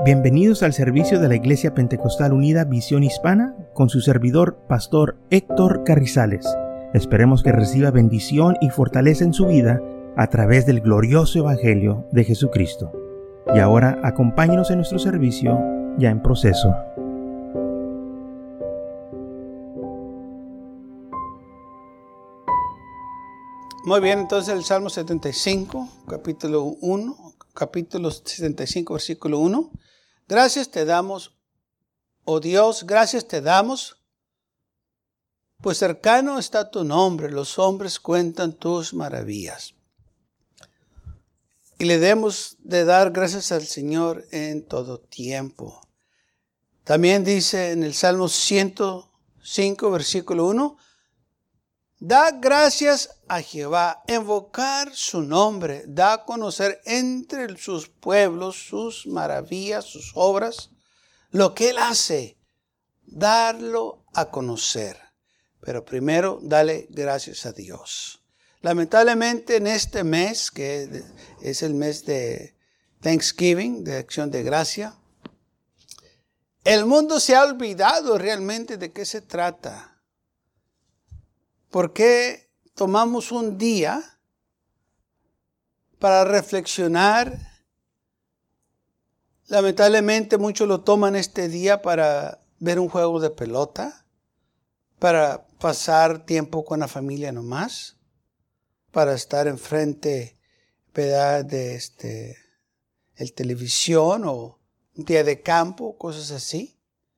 Bienvenidos al servicio de la Iglesia Pentecostal Unida Visión Hispana con su servidor, Pastor Héctor Carrizales. Esperemos que reciba bendición y fortaleza en su vida a través del glorioso Evangelio de Jesucristo. Y ahora acompáñenos en nuestro servicio ya en proceso. Muy bien, entonces el Salmo 75, capítulo 75, versículo 1. Gracias te damos, oh Dios, gracias te damos, pues cercano está tu nombre, los hombres cuentan tus maravillas. Y le debemos de dar gracias al Señor en todo tiempo. También dice en el Salmo 105, versículo 1, da gracias a Jehová, invocar su nombre, da a conocer entre sus pueblos sus maravillas, sus obras, lo que Él hace, darlo a conocer. Pero primero, dale gracias a Dios. Lamentablemente en este mes, que es el mes de Thanksgiving, de Acción de Gracia, el mundo se ha olvidado realmente de qué se trata. ¿Por qué tomamos un día para reflexionar? Lamentablemente muchos lo toman este día para ver un juego de pelota, para pasar tiempo con la familia nomás, para estar enfrente, ¿verdad?, de el televisión o un día de campo, cosas así.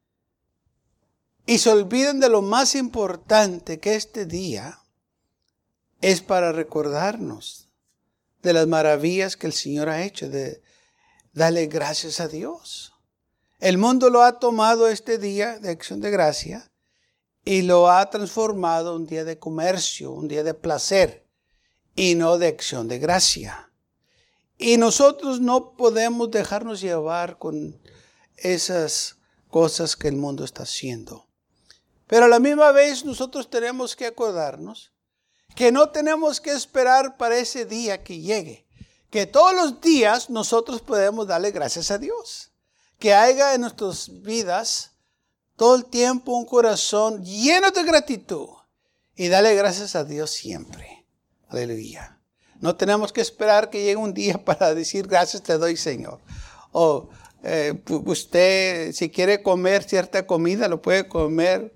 Y se olvidan de lo más importante, que este día es para recordarnos de las maravillas que el Señor ha hecho, de darle gracias a Dios. El mundo lo ha tomado este día de Acción de Gracia y lo ha transformado en un día de comercio, un día de placer y no de Acción de Gracia. Y nosotros no podemos dejarnos llevar con esas cosas que el mundo está haciendo. Pero a la misma vez nosotros tenemos que acordarnos que no tenemos que esperar para ese día que llegue. Que todos los días nosotros podemos darle gracias a Dios. Que haya en nuestras vidas todo el tiempo un corazón lleno de gratitud. Y darle gracias a Dios siempre. Aleluya. No tenemos que esperar que llegue un día para decir gracias te doy, Señor. O usted si quiere comer cierta comida lo puede comer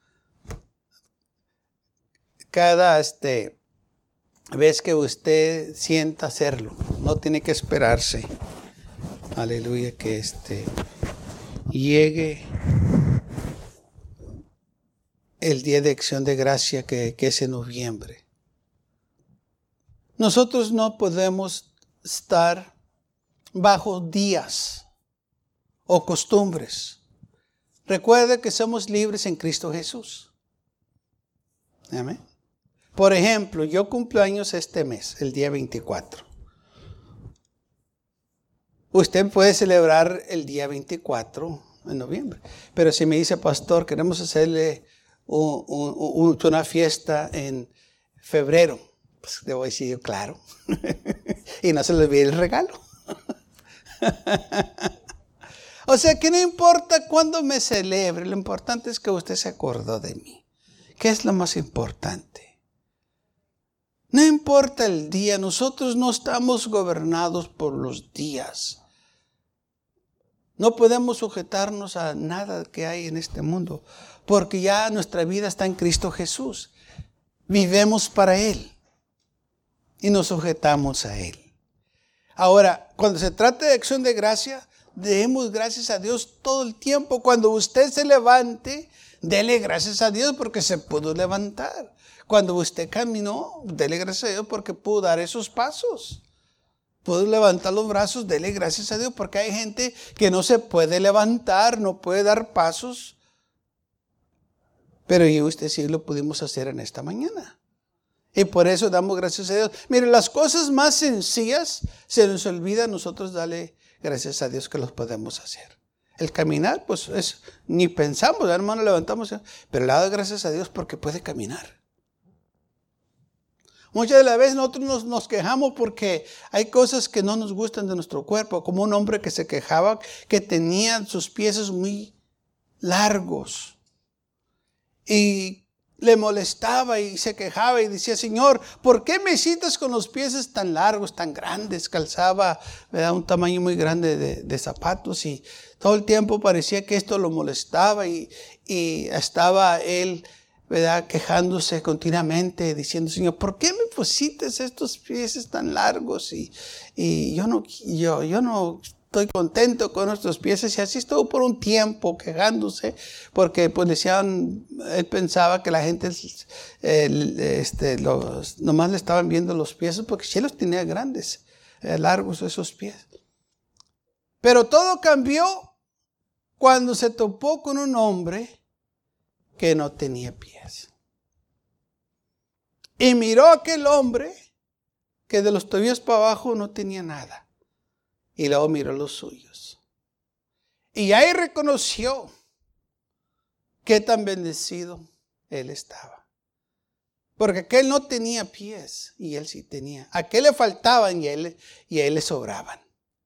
cada vez que usted sienta hacerlo. No tiene que esperarse. Aleluya, que llegue el día de Acción de Gracia que es en noviembre. Nosotros no podemos estar bajo días o costumbres. Recuerde que somos libres en Cristo Jesús. Amén. Por ejemplo, yo cumplo años este mes, el día 24. Usted puede celebrar el día 24 en noviembre. Pero si me dice, pastor, queremos hacerle una fiesta en febrero, pues le voy a decir, claro. Y no se le olvide el regalo. O sea que no importa cuándo me celebre, lo importante es que usted se acordó de mí. ¿Qué es lo más importante? No importa el día, nosotros no estamos gobernados por los días. No podemos sujetarnos a nada que hay en este mundo, porque ya nuestra vida está en Cristo Jesús. Vivemos para Él y nos sujetamos a Él. Ahora, cuando se trata de Acción de Gracia, demos gracias a Dios todo el tiempo. Cuando usted se levante, dele gracias a Dios porque se pudo levantar. Cuando usted caminó, dele gracias a Dios porque pudo dar esos pasos. Pudo levantar los brazos, dele gracias a Dios porque hay gente que no se puede levantar, no puede dar pasos. Pero yo y usted sí lo pudimos hacer en esta mañana. Y por eso damos gracias a Dios. Mire, las cosas más sencillas se nos olvida a nosotros darle gracias a Dios que los podemos hacer. El caminar, pues ni pensamos, hermano, levantamos. Pero le doy gracias a Dios porque puede caminar. Muchas de las veces nosotros nos quejamos porque hay cosas que no nos gustan de nuestro cuerpo, como un hombre que se quejaba que tenía sus pies muy largos y le molestaba y se quejaba y decía: Señor, ¿por qué me citas con los pies tan largos, tan grandes? Calzaba, ¿verdad?, un tamaño muy grande de zapatos y todo el tiempo parecía que esto lo molestaba y estaba él, ¿verdad?, quejándose continuamente, diciendo: Señor, ¿por qué me pusiste estos pies tan largos? Y yo no estoy contento con nuestros pies. Y así estuvo por un tiempo quejándose, porque pues decían, él pensaba que la gente nomás le estaban viendo los pies, porque sí los tenía grandes, largos esos pies. Pero todo cambió cuando se topó con un hombre que no tenía pies. Y miró a aquel hombre que de los tobillos para abajo no tenía nada. Y luego miró los suyos. Y ahí reconoció qué tan bendecido él estaba. Porque aquel no tenía pies y él sí tenía. A aquel le faltaban y a él le sobraban.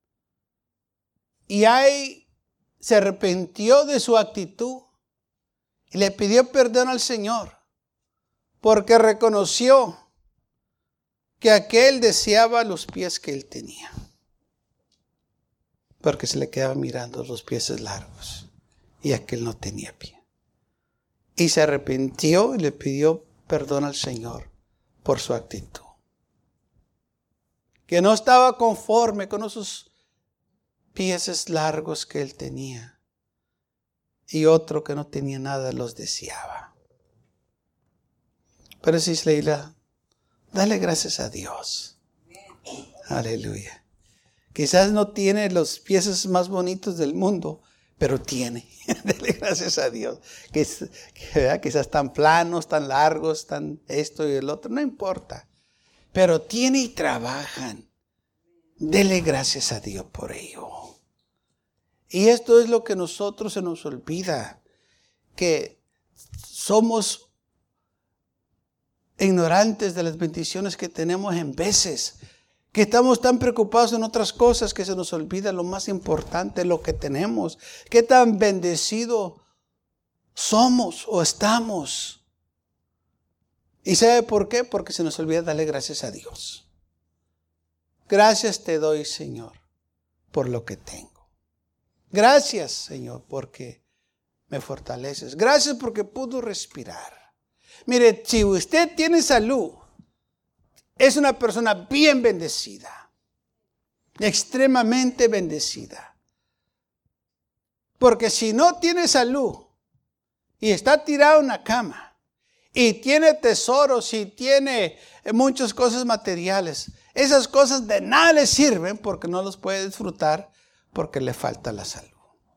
Y ahí se arrepintió de su actitud y le pidió perdón al Señor, porque reconoció que aquel deseaba los pies que él tenía, porque se le quedaba mirando los pies largos y aquel no tenía pie. Y se arrepintió y le pidió perdón al Señor por su actitud, que no estaba conforme con esos pies largos que él tenía. Y otro que no tenía nada los deseaba. Pero si Leila, dale gracias a Dios. Aleluya. Quizás no tiene los pies más bonitos del mundo, pero tiene. Dale gracias a Dios. Quizás tan planos, tan largos, tan esto y el otro, no importa. Pero tiene y trabajan. Dele gracias a Dios por ello. Y esto es lo que nosotros se nos olvida, que somos ignorantes de las bendiciones que tenemos en veces, que estamos tan preocupados en otras cosas que se nos olvida lo más importante, lo que tenemos, qué tan bendecidos somos o estamos. ¿Y sabe por qué? Porque se nos olvida darle gracias a Dios. Gracias te doy, Señor, por lo que tengo. Gracias, Señor, porque me fortaleces. Gracias porque puedo respirar. Mire, si usted tiene salud, es una persona bien bendecida. Extremadamente bendecida. Porque si no tiene salud y está tirado en la cama y tiene tesoros y tiene muchas cosas materiales, esas cosas de nada le sirven porque no los puede disfrutar, porque le falta la salud.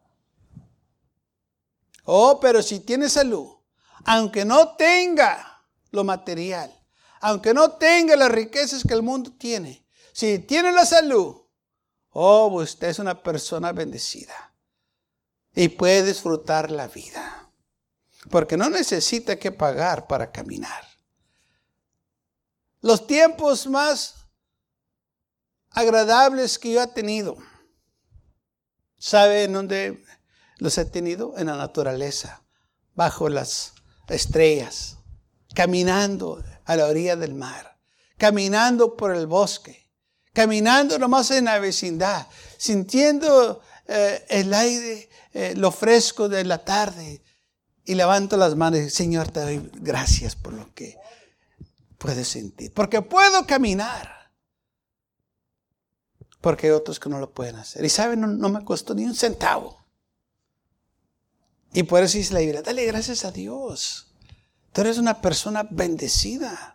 Pero si tiene salud, aunque no tenga lo material, aunque no tenga las riquezas que el mundo tiene, si tiene la salud, usted es una persona bendecida y puede disfrutar la vida, porque no necesita que pagar para caminar. Los tiempos más agradables que yo he tenido, ¿sabe en dónde los he tenido? En la naturaleza, bajo las estrellas, caminando a la orilla del mar, caminando por el bosque, caminando nomás en la vecindad, sintiendo el aire, lo fresco de la tarde, y levanto las manos y digo: Señor, te doy gracias por lo que puedes sentir, porque puedo caminar. Porque hay otros que no lo pueden hacer. Y saben, no me costó ni un centavo. Y por eso dice la Biblia: dale gracias a Dios. Tú eres una persona bendecida.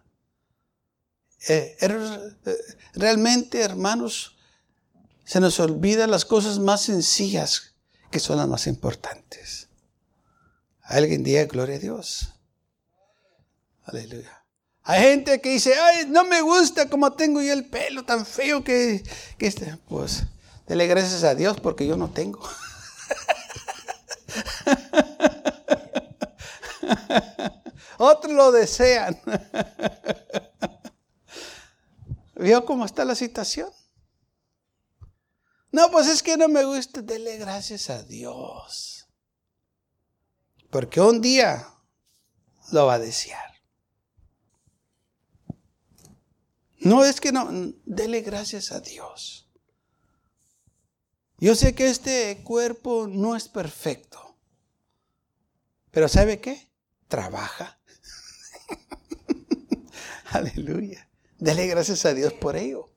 Realmente, hermanos, se nos olvidan las cosas más sencillas que son las más importantes. Alguien diga gloria a Dios. Aleluya. Hay gente que dice: ay, no me gusta como tengo yo el pelo tan feo que pues, dele gracias a Dios porque yo no tengo. Otros lo desean. ¿Vio cómo está la situación? No, pues es que no me gusta. Dele gracias a Dios. Porque un día lo va a desear. No, es que no. Dele gracias a Dios. Yo sé que este cuerpo no es perfecto. Pero ¿sabe qué? Trabaja. Aleluya. Dele gracias a Dios por ello.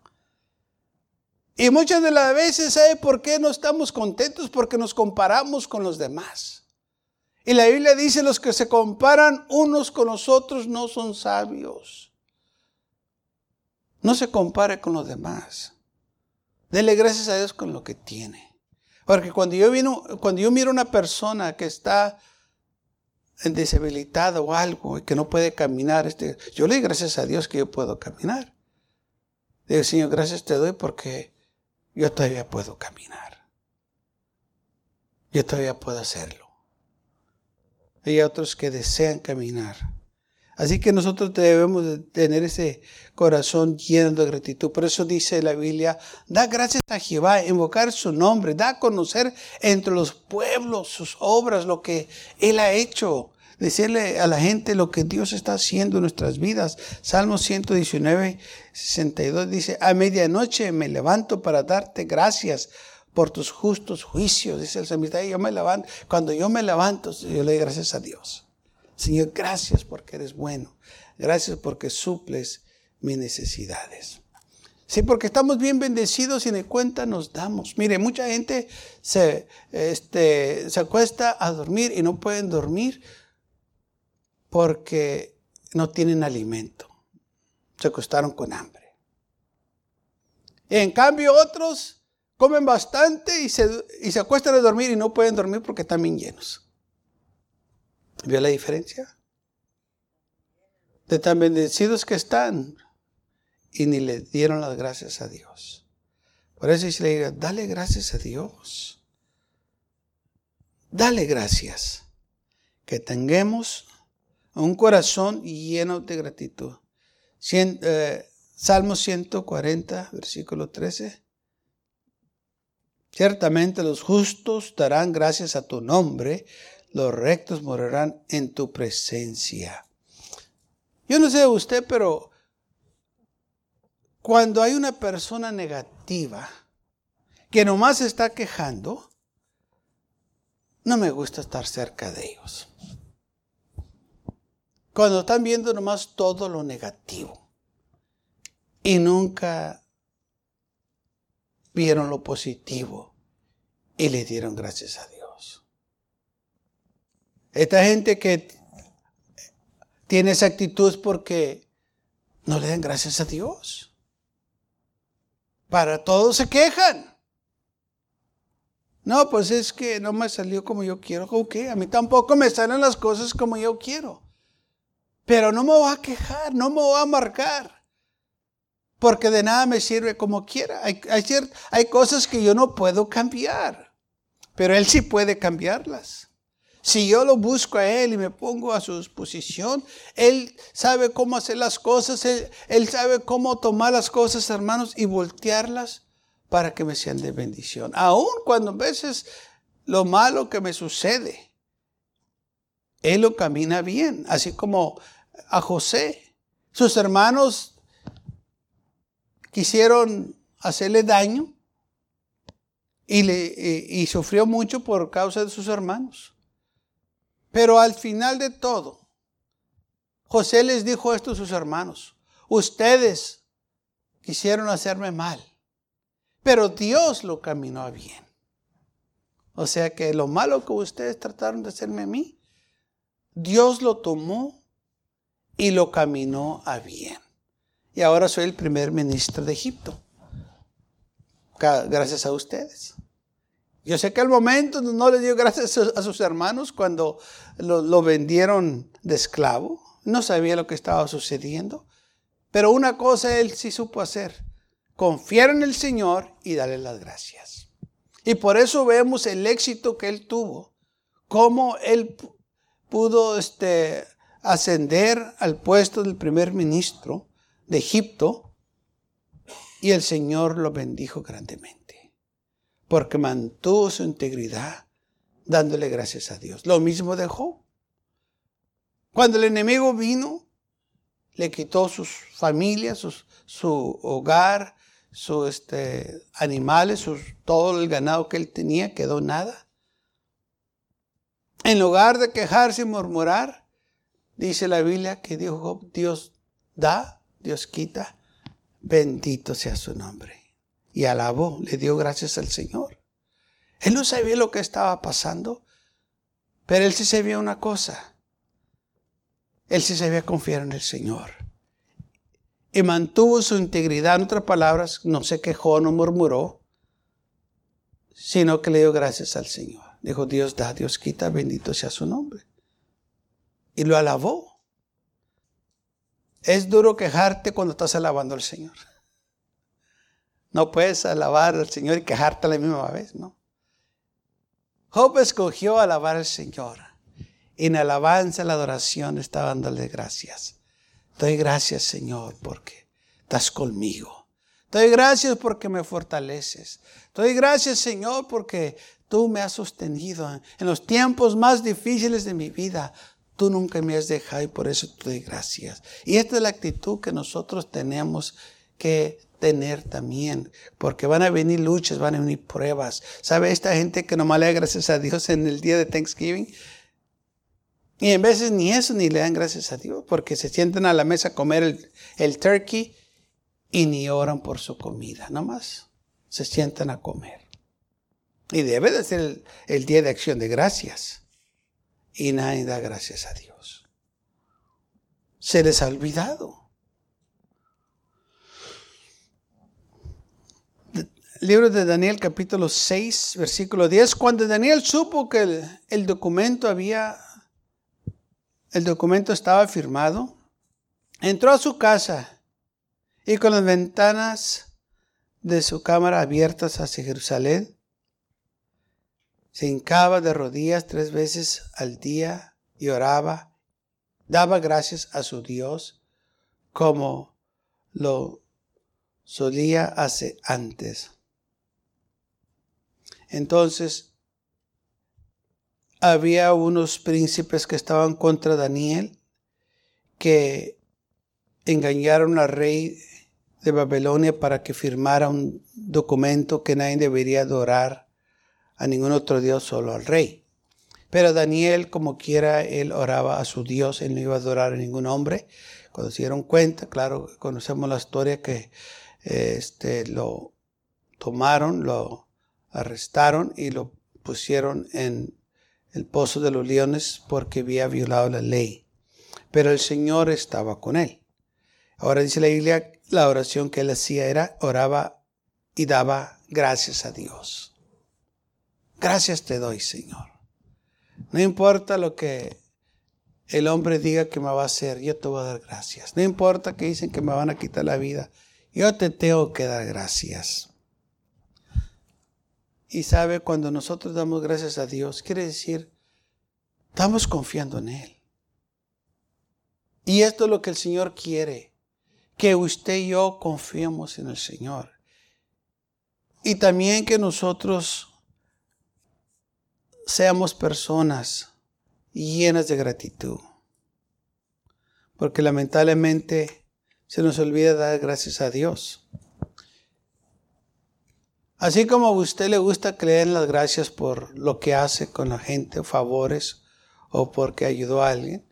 Y muchas de las veces, ¿sabe por qué no estamos contentos? Porque nos comparamos con los demás. Y la Biblia dice, los que se comparan unos con los otros no son sabios. No se compare con los demás. Dele gracias a Dios con lo que tiene. Porque cuando yo miro a una persona que está deshabilitada o algo y que no puede caminar, yo le doy gracias a Dios que yo puedo caminar. Digo, Señor, gracias te doy porque yo todavía puedo caminar. Yo todavía puedo hacerlo. Hay otros que desean caminar. Así que nosotros debemos de tener ese corazón lleno de gratitud. Por eso dice la Biblia, da gracias a Jehová, invocar su nombre, da a conocer entre los pueblos sus obras, lo que Él ha hecho. Decirle a la gente lo que Dios está haciendo en nuestras vidas. Salmo 119, 62 dice, a medianoche me levanto para darte gracias por tus justos juicios. Dice el salmista, cuando yo me levanto, yo le doy gracias a Dios. Señor, gracias porque eres bueno. Gracias porque suples mis necesidades. Sí, porque estamos bien bendecidos y ni cuenta nos damos. Mire, mucha gente se acuesta a dormir y no pueden dormir porque no tienen alimento. Se acostaron con hambre. En cambio, otros comen bastante y se acuestan a dormir y no pueden dormir porque están bien llenos. ¿Vio la diferencia? De tan bendecidos que están y ni le dieron las gracias a Dios. Por eso dice la Biblia, dale gracias a Dios. Dale gracias. Que tengamos un corazón lleno de gratitud. Salmo 140, versículo 13. Ciertamente los justos darán gracias a tu nombre, los rectos morarán en tu presencia. Yo no sé de usted, pero cuando hay una persona negativa que nomás se está quejando, no me gusta estar cerca de ellos. Cuando están viendo nomás todo lo negativo y nunca vieron lo positivo y le dieron gracias a Dios. Esta gente que tiene esa actitud es porque no le dan gracias a Dios. Para todos se quejan. No, pues es que no me salió como yo quiero. Ok, a mí tampoco me salen las cosas como yo quiero. Pero no me voy a quejar, no me voy a amargar. Porque de nada me sirve como quiera. Hay cosas que yo no puedo cambiar. Pero Él sí puede cambiarlas. Si yo lo busco a Él y me pongo a su disposición, Él sabe cómo hacer las cosas. Él sabe cómo tomar las cosas, hermanos, y voltearlas para que me sean de bendición. Aun cuando a veces lo malo que me sucede, Él lo camina bien. Así como a José. Sus hermanos quisieron hacerle daño y sufrió mucho por causa de sus hermanos. Pero al final de todo, José les dijo esto a sus hermanos: ustedes quisieron hacerme mal, pero Dios lo caminó a bien. O sea que lo malo que ustedes trataron de hacerme a mí, Dios lo tomó y lo caminó a bien. Y ahora soy el primer ministro de Egipto. Gracias a ustedes. Yo sé que al momento no les dio gracias a sus hermanos cuando lo vendieron de esclavo. No sabía lo que estaba sucediendo. Pero una cosa él sí supo hacer: confiar en el Señor y darle las gracias. Y por eso vemos el éxito que él tuvo. Cómo él pudo ascender al puesto del primer ministro de Egipto. Y el Señor lo bendijo grandemente, porque mantuvo su integridad, dándole gracias a Dios. Lo mismo de Job. Cuando el enemigo vino, le quitó sus familias, su hogar, sus animales, todo el ganado que él tenía, quedó nada. En lugar de quejarse y murmurar, dice la Biblia que dijo Job, Dios da, Dios quita, bendito sea su nombre. Y alabó, le dio gracias al Señor. Él no sabía lo que estaba pasando, pero él sí sabía una cosa. Él sí sabía confiar en el Señor. Y mantuvo su integridad. En otras palabras, no se quejó, no murmuró, sino que le dio gracias al Señor. Dijo, Dios da, Dios quita, bendito sea su nombre. Y lo alabó. Es duro quejarte cuando estás alabando al Señor. No puedes alabar al Señor y quejarte a la misma vez, ¿no? Job escogió alabar al Señor. Y en alabanza, la adoración, estaba dándole gracias. Doy gracias, Señor, porque estás conmigo. Doy gracias porque me fortaleces. Doy gracias, Señor, porque tú me has sostenido en los tiempos más difíciles de mi vida. Tú nunca me has dejado y por eso te doy gracias. Y esta es la actitud que nosotros tenemos que tener también, porque van a venir luchas, van a venir pruebas. ¿Sabe esta gente que nomás le da gracias a Dios en el día de Thanksgiving? Y en veces ni eso ni le dan gracias a Dios, porque se sientan a la mesa a comer el turkey y ni oran por su comida, nomás se sientan a comer. Y debe de ser el día de acción de gracias. Y nadie da gracias a Dios. Se les ha olvidado. Libro de Daniel, capítulo 6, versículo 10. Cuando Daniel supo que el documento estaba firmado, entró a su casa y con las ventanas de su cámara abiertas hacia Jerusalén, se hincaba de rodillas 3 veces al día y oraba, daba gracias a su Dios como lo solía hacer antes. Entonces, había unos príncipes que estaban contra Daniel, que engañaron al rey de Babilonia para que firmara un documento que nadie debería adorar a ningún otro Dios, solo al rey. Pero Daniel, como quiera, él oraba a su Dios, él no iba a adorar a ningún hombre. Cuando se dieron cuenta, claro, conocemos la historia que lo tomaron, lo arrestaron y lo pusieron en el pozo de los leones porque había violado la ley. Pero el Señor estaba con él. Ahora dice la Biblia, la oración que él hacía era, oraba y daba gracias a Dios. Gracias te doy, Señor. No importa lo que el hombre diga que me va a hacer, yo te voy a dar gracias. No importa que dicen que me van a quitar la vida, yo te tengo que dar gracias. Y sabe, cuando nosotros damos gracias a Dios, quiere decir, estamos confiando en Él. Y esto es lo que el Señor quiere, que usted y yo confiemos en el Señor. Y también que nosotros seamos personas llenas de gratitud. Porque lamentablemente se nos olvida dar gracias a Dios. Así como a usted le gusta que le den las gracias por lo que hace con la gente, favores, o porque ayudó a alguien,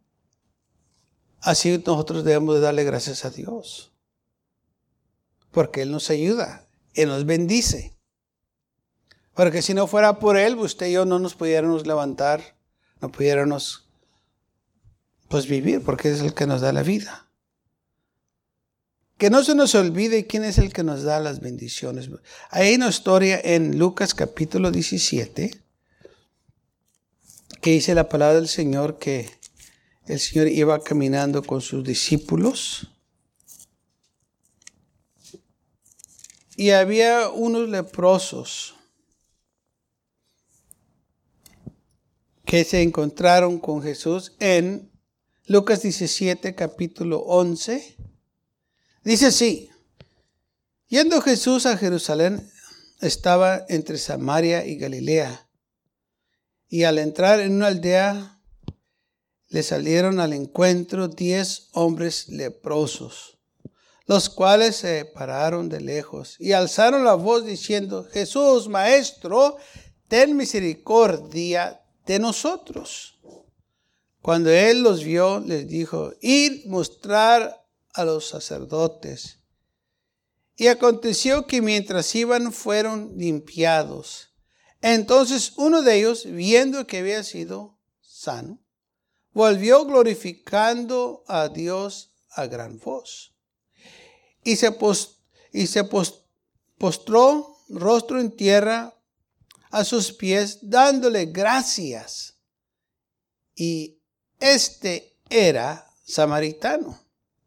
así nosotros debemos de darle gracias a Dios. Porque Él nos ayuda, Él nos bendice. Porque si no fuera por Él, usted y yo no nos pudiéramos levantar, no pudiéramos vivir, porque es el que nos da la vida. Que no se nos olvide quién es el que nos da las bendiciones. Hay una historia en Lucas capítulo 17 que dice la palabra del Señor que el Señor iba caminando con sus discípulos y había unos leprosos que se encontraron con Jesús en Lucas 17 capítulo 11. Dice así, Yendo Jesús a Jerusalén, estaba entre Samaria y Galilea. Y al entrar en una aldea, le salieron al encuentro 10 hombres leprosos, los cuales se pararon de lejos y alzaron la voz diciendo: Jesús, Maestro, ten misericordia de nosotros. Cuando él los vio, les dijo: id mostrar a los sacerdotes. Y aconteció que mientras iban, fueron limpiados. Entonces uno de ellos, viendo que había sido sano, volvió glorificando a Dios a gran voz. Y se postró rostro en tierra a sus pies, dándole gracias. Y este era samaritano.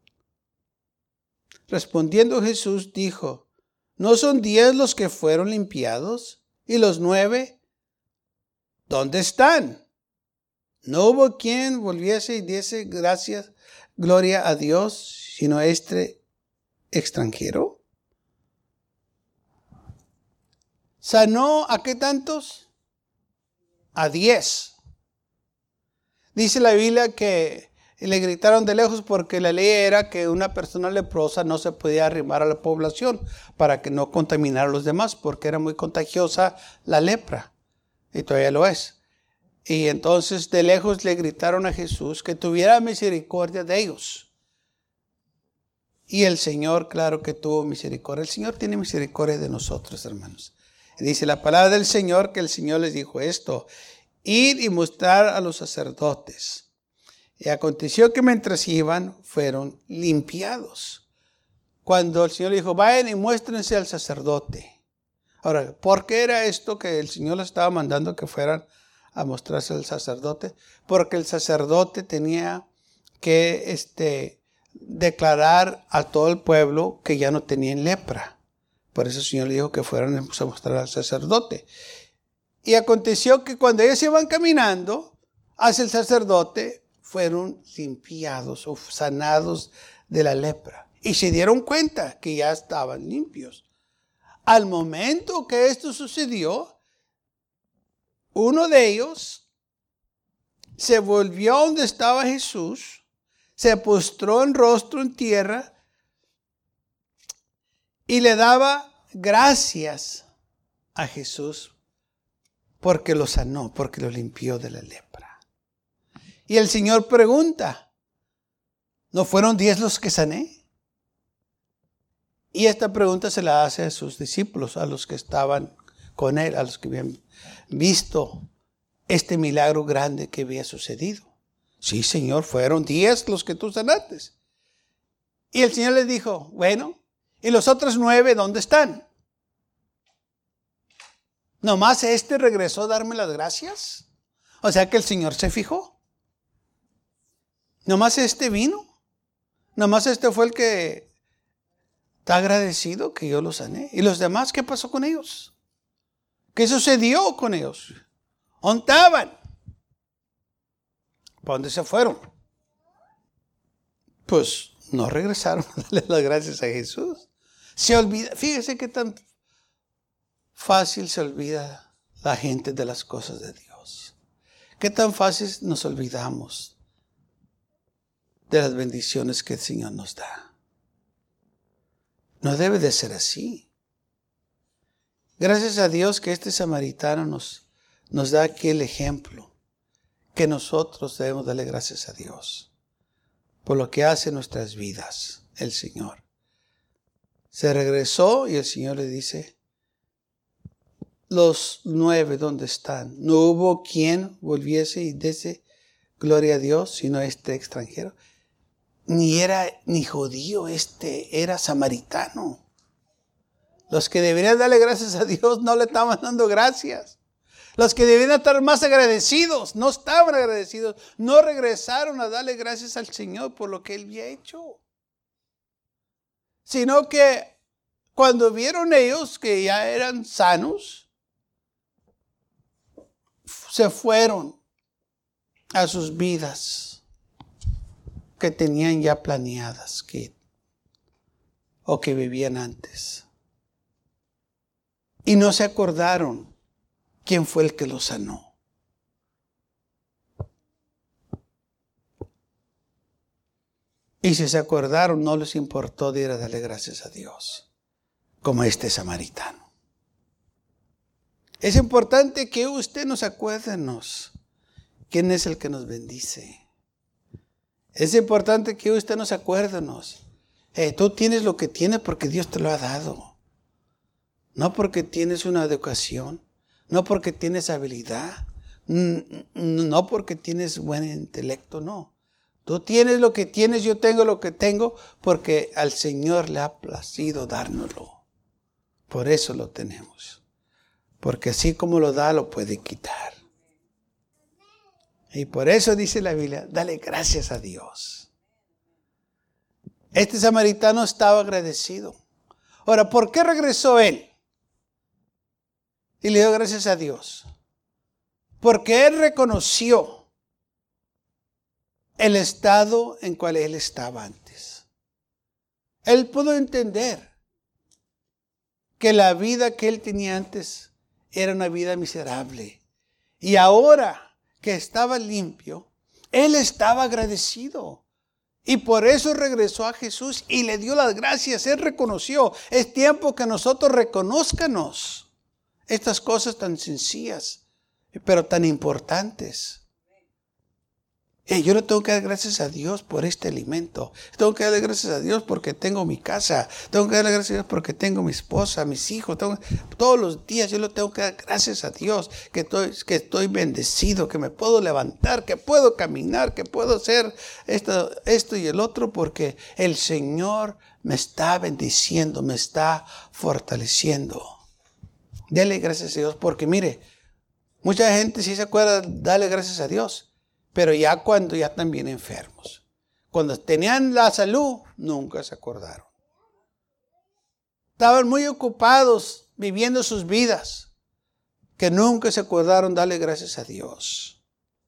Respondiendo Jesús dijo: ¿no son 10 los que fueron limpiados? ¿Y los 9? ¿Dónde están? ¿No hubo quien volviese y diese gloria a Dios, sino este extranjero? ¿Sanó a qué tantos? A 10. Dice la Biblia que le gritaron de lejos porque la ley era que una persona leprosa no se podía arrimar a la población para que no contaminara a los demás, porque era muy contagiosa la lepra, y todavía lo es. Y entonces de lejos le gritaron a Jesús que tuviera misericordia de ellos. Y el Señor, claro que tuvo misericordia. El Señor tiene misericordia de nosotros, hermanos. Y dice la palabra del Señor que el Señor les dijo esto: id y mostrar a los sacerdotes. Y aconteció que mientras iban, fueron limpiados. Cuando el Señor dijo: vayan y muéstrense al sacerdote. Ahora, ¿por qué era esto que el Señor les estaba mandando que fueran a mostrarse al sacerdote? Porque el sacerdote tenía que declarar a todo el pueblo que ya no tenían lepra. Por eso el Señor le dijo que fueran a mostrar al sacerdote. Y aconteció que cuando ellos iban caminando hacia el sacerdote, fueron limpiados o sanados de la lepra. Y se dieron cuenta que ya estaban limpios. Al momento que esto sucedió, uno de ellos se volvió a donde estaba Jesús, se postró en rostro en tierra y le daba gracias a Jesús porque lo sanó, porque lo limpió de la lepra. Y el Señor pregunta: ¿no fueron 10 los que sané? Y esta pregunta se la hace a sus discípulos, a los que estaban con él, a los que habían visto este milagro grande que había sucedido. Sí, Señor, fueron 10 los que tú sanaste. Y el Señor les dijo: bueno, ¿y los otros 9 dónde están? ¿Nomás regresó a darme las gracias? O sea que el Señor se fijó. ¿Nomás vino? ¿Nomás fue el que está agradecido que yo lo sané? ¿Y los demás qué pasó con ellos? ¿Qué sucedió con ellos? ¿Dónde estaban? ¿Para dónde se fueron? Pues no regresaron a darle las gracias a Jesús. Se olvida. Fíjese qué tan fácil se olvida la gente de las cosas de Dios. Qué tan fácil nos olvidamos de las bendiciones que el Señor nos da. No debe de ser así. Gracias a Dios que este samaritano nos da aquí el ejemplo, que nosotros debemos darle gracias a Dios por lo que hace en nuestras vidas el Señor. Se regresó y el Señor le dice: los 9, ¿dónde están? No hubo quien volviese y diese gloria a Dios, sino este extranjero. Ni era ni judío, era samaritano. Los que deberían darle gracias a Dios no le estaban dando gracias. Los que deberían estar más agradecidos no estaban agradecidos. No regresaron a darle gracias al Señor por lo que Él había hecho. Sino que cuando vieron ellos que ya eran sanos, se fueron a sus vidas que tenían ya planeadas o que vivían antes. y no se acordaron quién fue el que los sanó. Y si se acordaron, no les importó de ir a darle gracias a Dios, como este samaritano. Es importante que usted nos acuérdenos quién es el que nos bendice. Es importante que usted nos acuérdenos. Tú tienes lo que tienes porque Dios te lo ha dado. No porque tienes una educación, no porque tienes habilidad, no porque tienes buen intelecto, no. Tú tienes lo que tienes, yo tengo lo que tengo, porque al Señor le ha placido dárnoslo. Por eso lo tenemos. Porque así como lo da, lo puede quitar. Y por eso dice la Biblia, dale gracias a Dios. Este samaritano estaba agradecido. Ahora, ¿por qué regresó él? Y le dio gracias a Dios. Porque él reconoció el estado en cual él estaba antes. Él pudo entender que la vida que él tenía antes era una vida miserable. Y ahora que estaba limpio, él estaba agradecido. Y por eso regresó a Jesús y le dio las gracias. Él reconoció. Es tiempo que nosotros reconozcanos estas cosas tan sencillas, pero tan importantes. Yo le tengo que dar gracias a Dios por este alimento. Tengo que darle gracias a Dios porque tengo mi casa. Tengo que darle gracias a Dios porque tengo mi esposa, mis hijos. Todos los días yo le tengo que dar gracias a Dios que estoy bendecido, que me puedo levantar, que puedo caminar, que puedo hacer esto y el otro, porque el Señor me está bendiciendo, me está fortaleciendo. Dele gracias a Dios porque mire, mucha gente sí se acuerda de darle gracias a Dios. Pero ya cuando ya están bien enfermos. Cuando tenían la salud, nunca se acordaron. Estaban muy ocupados viviendo sus vidas, que nunca se acordaron darle gracias a Dios.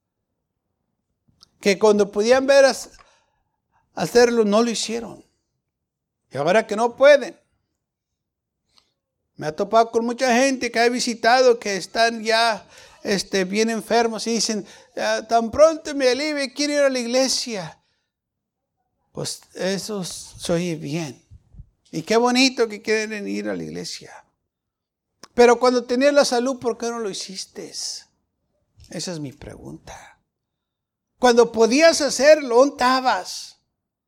Que cuando podían ver hacerlo, no lo hicieron. Y ahora que no pueden. Me ha topado con mucha gente que ha visitado que están ya bien enfermos y dicen, tan pronto me alivie, quiero ir a la iglesia. Pues eso se oye bien. Y qué bonito que quieren ir a la iglesia. Pero cuando tenías la salud, ¿por qué no lo hiciste? Esa es mi pregunta. Cuando podías hacerlo, ¿dónde estabas?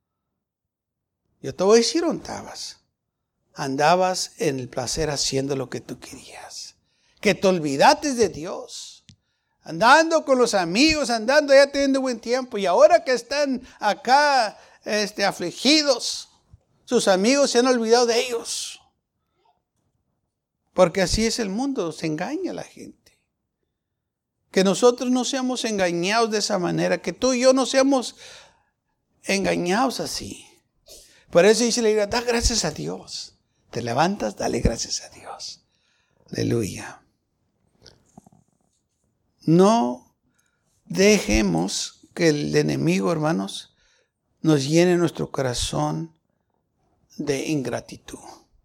Yo te voy a decir dónde estabas. Andabas en el placer haciendo lo que tú querías. Que te olvidaste de Dios. Andando con los amigos, andando ya teniendo buen tiempo. Y ahora que están acá afligidos, sus amigos se han olvidado de ellos. Porque así es el mundo, se engaña a la gente. Que nosotros no seamos engañados de esa manera, que tú y yo no seamos engañados así. Por eso dice la Biblia, da gracias a Dios. Te levantas, dale gracias a Dios. Aleluya. No dejemos que el enemigo, hermanos, nos llene nuestro corazón de ingratitud.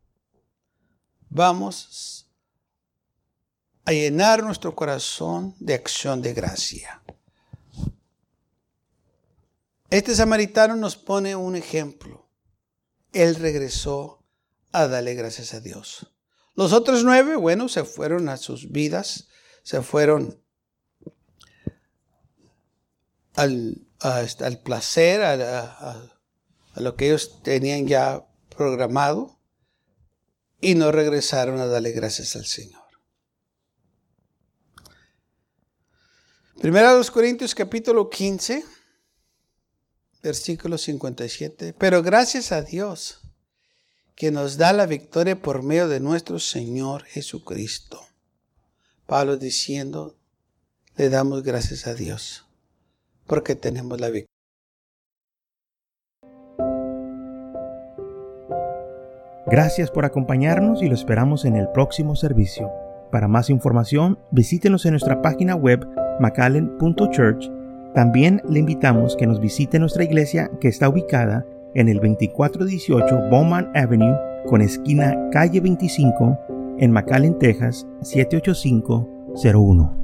Vamos a llenar nuestro corazón de acción de gracia. Este samaritano nos pone un ejemplo. Él regresó a darle gracias a Dios. Los otros 9, se fueron a sus vidas, se fueron al placer, a lo que ellos tenían ya programado, y no regresaron a darle gracias al Señor. 1 Corintios capítulo 15, versículo 57. Pero gracias a Dios que nos da la victoria por medio de nuestro Señor Jesucristo. Pablo diciendo, le damos gracias a Dios porque tenemos la victoria. Gracias por acompañarnos y lo esperamos en el próximo servicio. Para más información, visítenos en nuestra página web mcallen.church. También le invitamos que nos visite nuestra iglesia que está ubicada en el 2418 Bowman Avenue con esquina calle 25 en McAllen, Texas 78501.